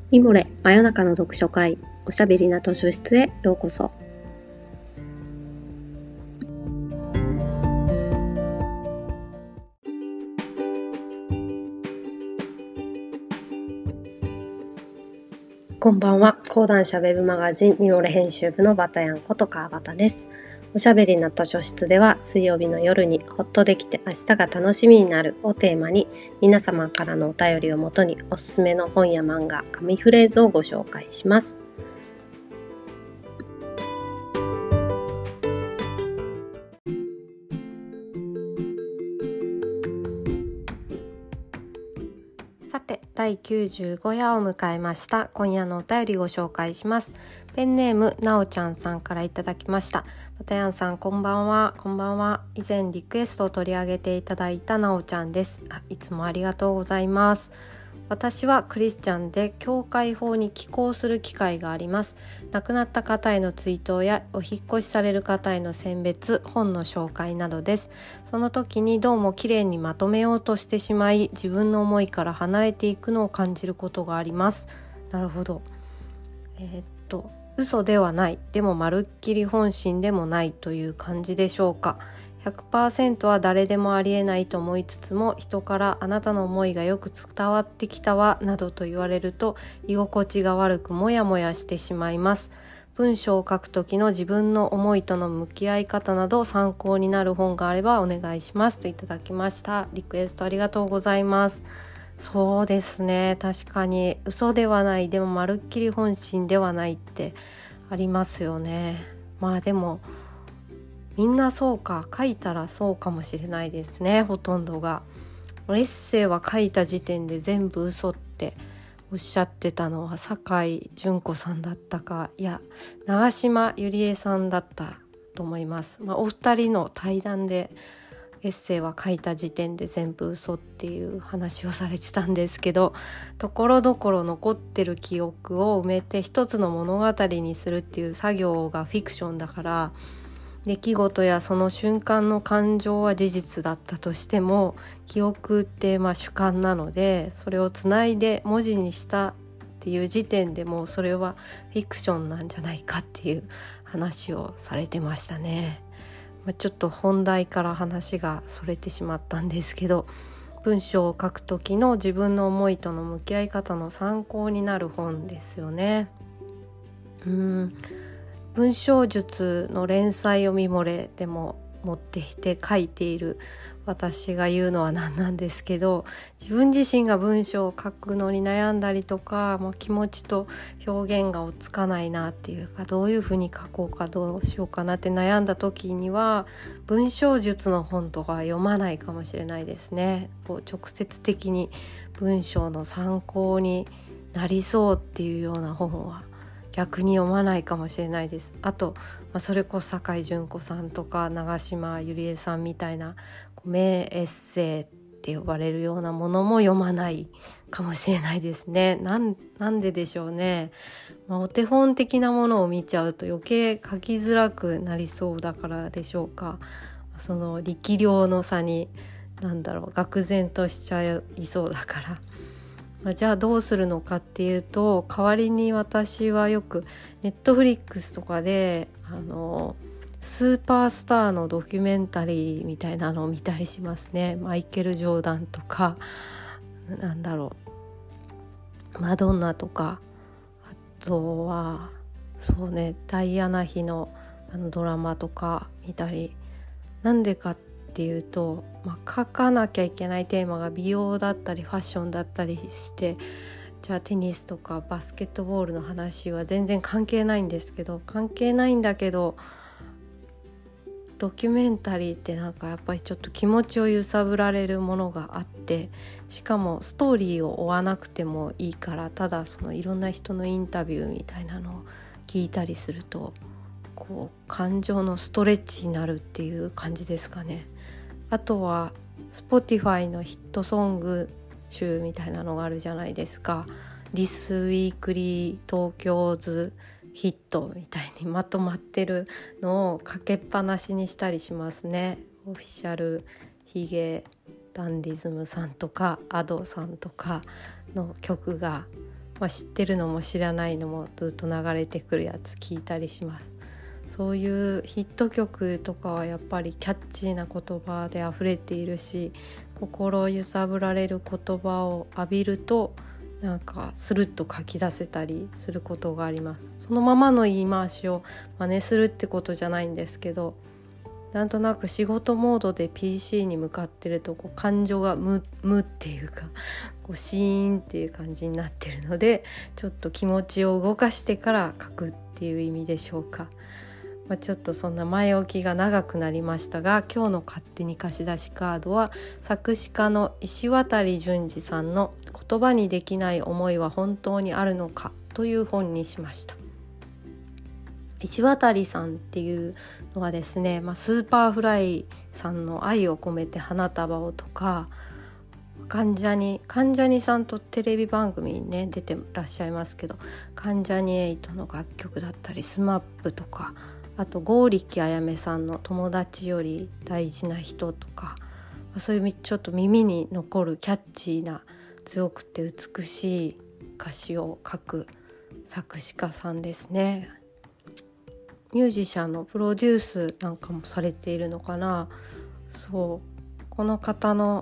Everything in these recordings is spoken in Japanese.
ミモレ真夜中の読書会、おしゃべりな図書室へようこそ。こんばんは。講談社ウェブマガジンミモレ編集部のバタヤンこと川端です。おしゃべりな図書室では、水曜日の夜にほっとできて明日が楽しみになるをテーマに、皆様からのお便りをもとにおすすめの本や漫画、紙フレーズをご紹介します。さて、第95夜を迎えました。今夜のお便りご紹介します。ペンネームなおちゃんさんからいただきました。バタヤンさん、こんばんは。こんばんは。以前リクエストを取り上げていただいたなおちゃんです。いつもありがとうございます。私はクリスチャンで教会法に寄稿する機会があります。亡くなった方への追悼やお引っ越しされる方への選別、本の紹介などです。その時にどうもきれいにまとめようとしてしまい、自分の思いから離れていくのを感じることがあります。なるほど。嘘ではない、でもまるっきり本心でもないという感じでしょうか。100% は誰でもありえないと思いつつも、人からあなたの思いがよく伝わってきたわなどと言われると居心地が悪くモヤモヤしてしまいます。文章を書く時の自分の思いとの向き合い方など参考になる本があればお願いしますといただきました。リクエストありがとうございます。そうですね、確かに嘘ではない、でもまるっきり本心ではないってありますよね。まあでもみんなそうか、書いたらそうかもしれないですね。ほとんどがエッセイは書いた時点で全部嘘っておっしゃってたのは酒井純子さんだったか、いや長島ゆりえさんだったと思います。お二人の対談でエッセイは書いた時点で全部嘘っていう話をされてたんですけど、ところどころ残ってる記憶を埋めて一つの物語にするっていう作業がフィクションだから、出来事やその瞬間の感情は事実だったとしても、記憶って主観なので、それをつないで文字にしたっていう時点でもうそれはフィクションなんじゃないかっていう話をされてましたね。ちょっと本題から話がそれてしまったんですけど、文章を書く時の自分の思いとの向き合い方の参考になる本ですよね。文章術の連載をミモレでも持っていて書いている私が言うのはなんなんですけど、自分自身が文章を書くのに悩んだりとか、気持ちと表現が追っつかないなっていうか、どういうふうに書こうかどうしようかなって悩んだ時には文章術の本とかは読まないかもしれないですね。直接的に文章の参考になりそうっていうような本は逆に読まないかもしれないです。あと、それこそ酒井純子さんとか長島ゆりえさんみたいな名エッセイって呼ばれるようなものも読まないかもしれないですね。なんででしょうね。お手本的なものを見ちゃうと余計書きづらくなりそうだからでしょうか。その力量の差に愕然としちゃいそうだから、じゃあどうするのかっていうと、代わりに私はよくネットフリックスとかでスーパースターのドキュメンタリーみたいなのを見たりしますね。マイケル・ジョーダンとかマドンナとか、あとはそうね、ダイアナ妃のドラマとか見たり。なんでかっていうと、書かなきゃいけないテーマが美容だったりファッションだったりして、じゃあテニスとかバスケットボールの話は全然関係ないんだけど、ドキュメンタリーってやっぱりちょっと気持ちを揺さぶられるものがあって、しかもストーリーを追わなくてもいいから、ただそのいろんな人のインタビューみたいなのを聞いたりすると、感情のストレッチになるっていう感じですかね。あとは Spotify のヒットソング集みたいなのがあるじゃないですか。 This Weekly 東京ズヒットみたいにまとまってるのをかけっぱなしにしたりしますね。オフィシャルヒゲダンディズムさんとかアドさんとかの曲が知ってるのも知らないのもずっと流れてくるやつ聞いたりします。そういうヒット曲とかはやっぱりキャッチーな言葉で溢れているし、心揺さぶられる言葉を浴びるとなんかスルッと書き出せたりすることがあります。そのままの言い回しを真似するってことじゃないんですけど、なんとなく仕事モードで PC に向かってると感情が無っていうかシーンっていう感じになってるので、ちょっと気持ちを動かしてから書くっていう意味でしょうか。ちょっとそんな前置きが長くなりましたが、今日の勝手に貸し出しカードは作詞家の石渡淳二さんの言葉にできない思いは本当にあるのかという本にしました。石渡さんっていうのはですね、スーパーフライさんの愛を込めて花束をとか、関ジャニさんとテレビ番組にね出てらっしゃいますけど、関ジャニ∞の楽曲だったりスマップとか、あと剛力あやめさんの友達より大事な人とか、そういうちょっと耳に残るキャッチーな強くて美しい歌詞を書く作詞家さんですね。ミュージシャンのプロデュースなんかもされているのかな。この方の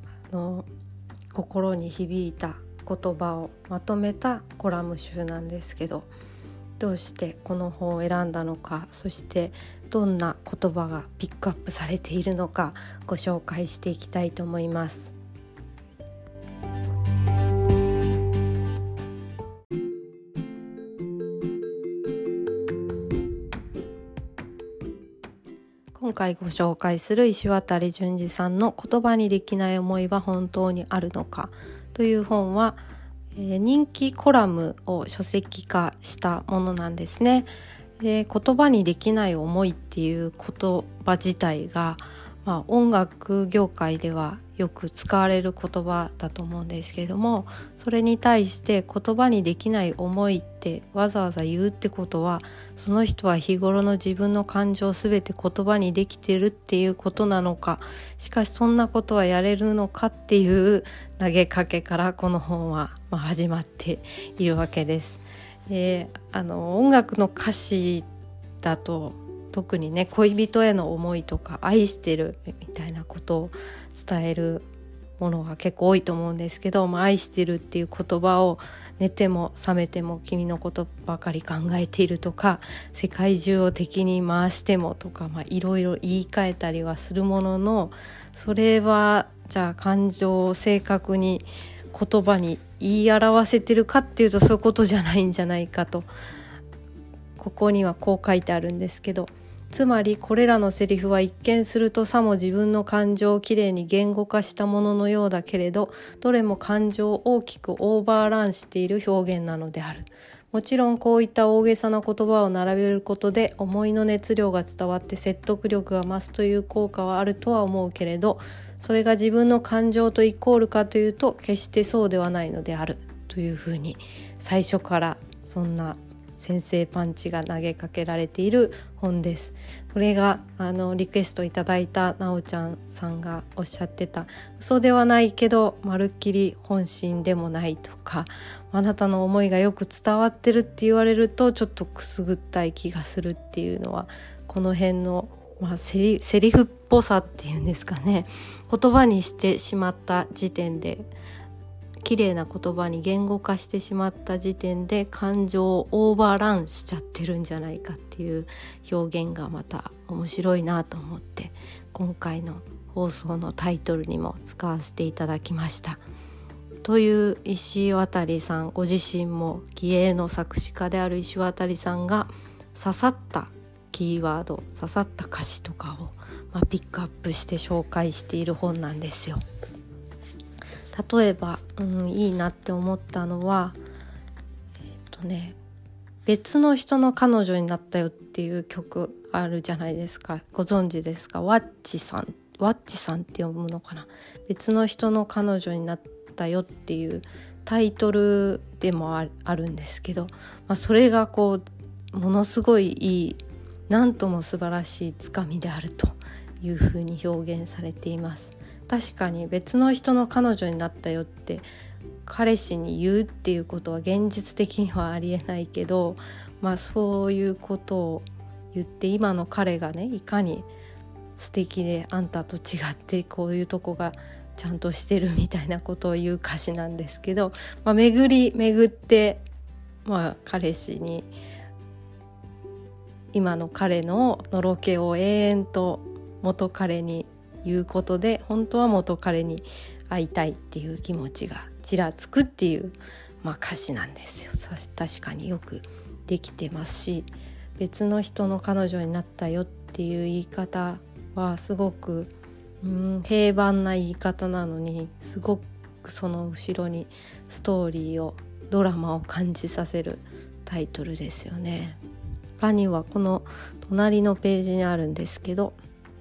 心に響いた言葉をまとめたコラム集なんですけど、どうしてこの本を選んだのか、そしてどんな言葉がピックアップされているのかご紹介していきたいと思います。今回ご紹介する石渡淳二さんの言葉にできない思いは本当にあるのかという本は、人気コラムを書籍化したものなんですね。で、言葉にできない思いっていう言葉自体が、音楽業界ではよく使われる言葉だと思うんですけれども、それに対して言葉にできない思いってわざわざ言うってことは、その人は日頃の自分の感情をすべて言葉にできてるっていうことなのか、しかしそんなことはやれるのかっていう投げかけからこの本は始まっているわけです。音楽の歌詞だと特にね、恋人への思いとか愛してるみたいなことを伝えるものが結構多いと思うんですけど、愛してるっていう言葉を寝ても覚めても君のことばかり考えているとか、世界中を敵に回してもとか、いろいろ言い換えたりはするものの、それはじゃあ感情を正確に言葉に言い表せてるかっていうと、そういうことじゃないんじゃないかと、ここにはこう書いてあるんですけど、つまりこれらのセリフは一見するとさも自分の感情をきれいに言語化したもののようだけれど、どれも感情を大きくオーバーランしている表現なのである。もちろんこういった大げさな言葉を並べることで思いの熱量が伝わって説得力が増すという効果はあるとは思うけれど、それが自分の感情とイコールかというと決してそうではないのであるというふうに、最初からそんな先制パンチが投げかけられている本です。これがリクエストいただいたなおちゃんさんがおっしゃってた、嘘ではないけどまるっきり本心でもないとか、あなたの思いがよく伝わってるって言われるとちょっとくすぐったい気がするっていうのは、この辺の、セリフっぽさっていうんですかね、言葉にしてしまった時点で、綺麗な言葉に言語化してしまった時点で感情をオーバーランしちゃってるんじゃないかっていう表現がまた面白いなと思って、今回の放送のタイトルにも使わせていただきました。という石渡さんご自身も気鋭の作詞家である石渡さんが刺さったキーワード、刺さった歌詞とかを、ピックアップして紹介している本なんですよ。例えば、いいなって思ったのは、別の人の彼女になったよっていう曲あるじゃないですか。ご存知ですか？ワッチさんって読むのかな。別の人の彼女になったよっていうタイトルでもあるんですけど、それがものすごいいい、なんとも素晴らしいつかみであるというふうに表現されています。確かに別の人の彼女になったよって彼氏に言うっていうことは現実的にはありえないけど、そういうことを言って、今の彼がねいかに素敵であんたと違ってこういうとこがちゃんとしてるみたいなことを言う歌詞なんですけど、巡り巡って、彼氏に今の彼ののろけを永遠と元彼に言うことで、本当は元彼に会いたいっていう気持ちがちらつくっていう、歌詞なんですよ。確かによくできてますし、別の人の彼女になったよっていう言い方はすごく平凡な言い方なのに、すごくその後ろにストーリーを、ドラマを感じさせるタイトルですよね。他にはこの隣のページにあるんですけど、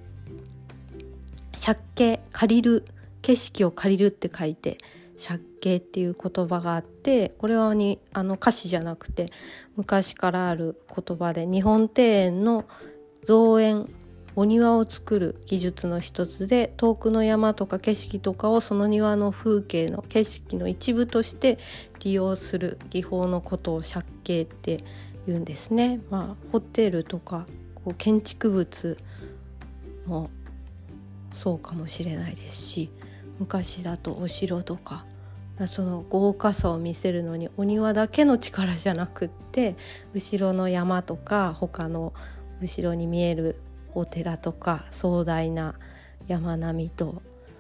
借景、借りる、景色を借りるって書いて借景っていう言葉があって、これは歌詞じゃなくて昔からある言葉で、日本庭園の造園、お庭を作る技術の一つで、遠くの山とか景色とかをその庭の風景の景色の一部として利用する技法のことを借景って言うんですね。ホテルとか建築物もそうかもしれないですし、昔だとお城とか、その豪華さを見せるのにお庭だけの力じゃなくって、後ろの山とか他の後ろに見えるお寺とか壮大な山並みと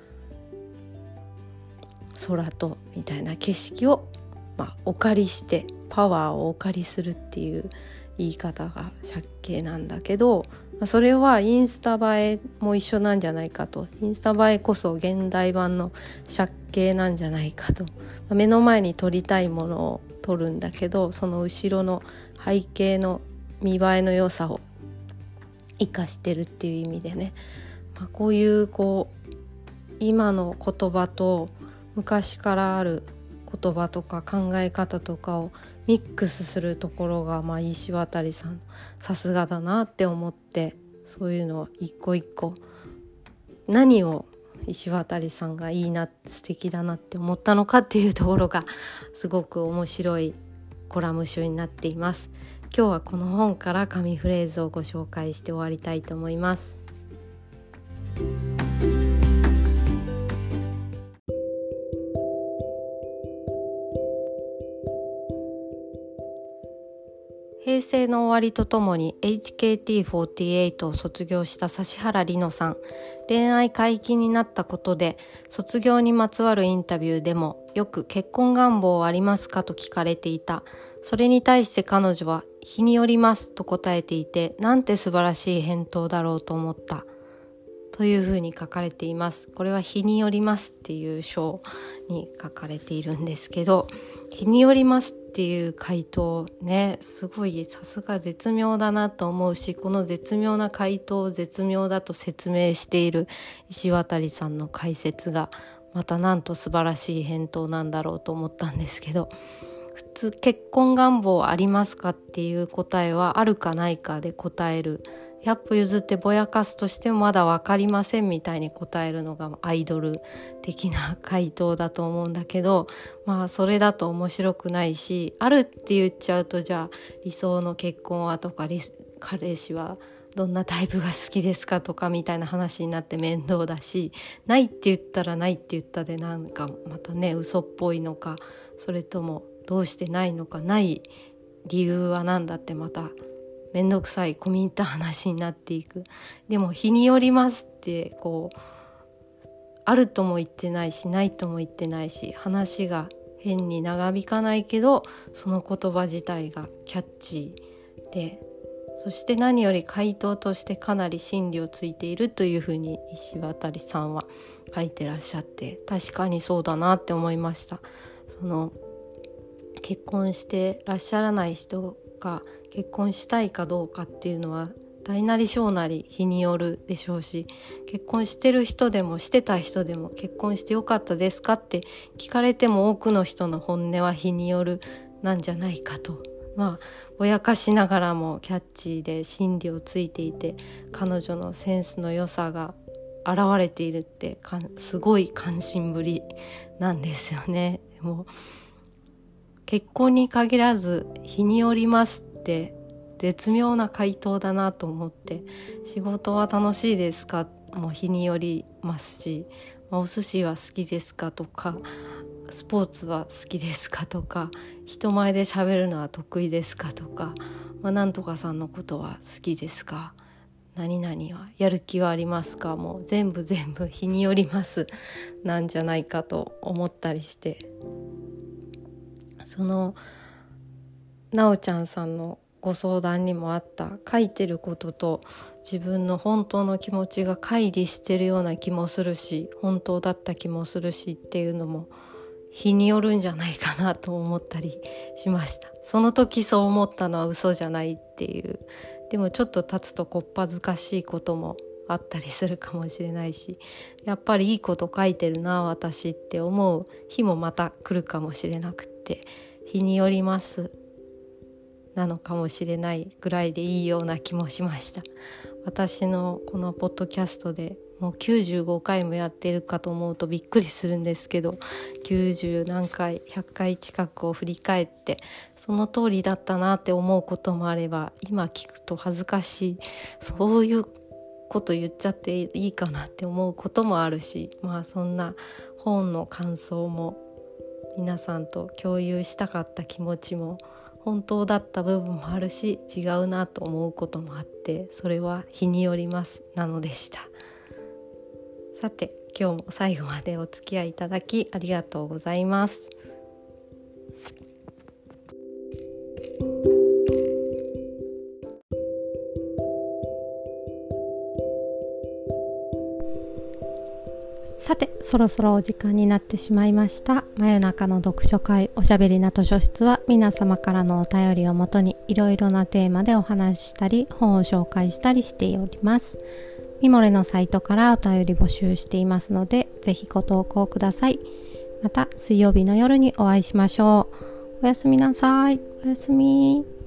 空とみたいな景色を、お借りして、パワーをお借りするっていう言い方が借景なんだけど、それはインスタ映えも一緒なんじゃないかと、インスタ映えこそ現代版の借景なんじゃないかと、目の前に撮りたいものを撮るんだけど、その後ろの背景の見栄えの良さを生かしてるっていう意味でね、こういう今の言葉と昔からある言葉とか考え方とかをミックスするところが、石渡さんさすがだなって思って、そういうのを一個一個、何を石渡さんがいいな、素敵だなって思ったのかっていうところがすごく面白いコラム集になっています。今日はこの本から神フレーズをご紹介して終わりたいと思います。平成の終わりとともに HKT48 を卒業した指原莉乃さん、恋愛解禁になったことで、卒業にまつわるインタビューでもよく結婚願望ありますかと聞かれていた。それに対して彼女は日によりますと答えていて、なんて素晴らしい返答だろうと思ったというふうに書かれています。これは日によりますっていう章に書かれているんですけど、日によりますっていう回答ね、すごいさすが絶妙だなと思うし、この絶妙な回答を絶妙だと説明している石渡さんの解説がまたなんと素晴らしい返答なんだろうと思ったんですけど、普通結婚願望ありますかっていう答えはあるかないかで答える、100歩譲ってぼやかすとしてもまだ分かりませんみたいに答えるのがアイドル的な回答だと思うんだけど、それだと面白くないし、あるって言っちゃうと、じゃあ理想の結婚はとか、彼氏はどんなタイプが好きですかとかみたいな話になって面倒だし、ないって言ったらないって言ったでなんかまたね嘘っぽいのか、それともどうしてないのか、ない理由は何だってまためんどくさい込み入った話になっていく。でも日によりますってあるとも言ってないしないとも言ってないし、話が変に長引かないけどその言葉自体がキャッチーで、そして何より回答としてかなり真理をついているというふうに石渡さんは書いてらっしゃって、確かにそうだなって思いました。その結婚してらっしゃらない人が結婚したいかどうかっていうのは大なり小なり日によるでしょうし、結婚してる人でもしてた人でも結婚してよかったですかって聞かれても多くの人の本音は日によるなんじゃないかと、ぼやかしながらもキャッチーで真理をついていて、彼女のセンスの良さが現れているってすごい関心ぶりなんですよね。もう結婚に限らず日によりますって絶妙な回答だなと思って、仕事は楽しいですかも日によりますし、お寿司は好きですかとか、スポーツは好きですかとか、人前で喋るのは得意ですかとか、なんとかさんのことは好きですか、何々はやる気はありますか、もう全部日によりますなんじゃないかと思ったりして、そのなおちゃんさんのご相談にもあった書いてることと自分の本当の気持ちが乖離してるような気もするし、本当だった気もするしっていうのも日によるんじゃないかなと思ったりしました。その時そう思ったのは嘘じゃないっていう、でもちょっと経つとこっぱずかしいこともあったりするかもしれないし、やっぱりいいこと書いてるな私って思う日もまた来るかもしれなくって、日によりますなのかもしれないぐらいでいいような気もしました。私のこのポッドキャストでもう95回もやってるかと思うとびっくりするんですけど、90何回100回近くを振り返ってその通りだったなって思うこともあれば、今聞くと恥ずかしい、そういうこと言っちゃっていいかなって思うこともあるし、そんな本の感想も皆さんと共有したかった気持ちも本当だった部分もあるし、違うなと思うこともあって、それは日によりますなのでした。さて今日も最後までお付き合いいただきありがとうございます。さてそろそろお時間になってしまいました。真夜中の読書会おしゃべりな図書室は、皆様からのお便りをもとにいろいろなテーマでお話ししたり本を紹介したりしております。ミモレのサイトからお便り募集していますので、ぜひご投稿ください。また水曜日の夜にお会いしましょう。おやすみなさい。おやすみ。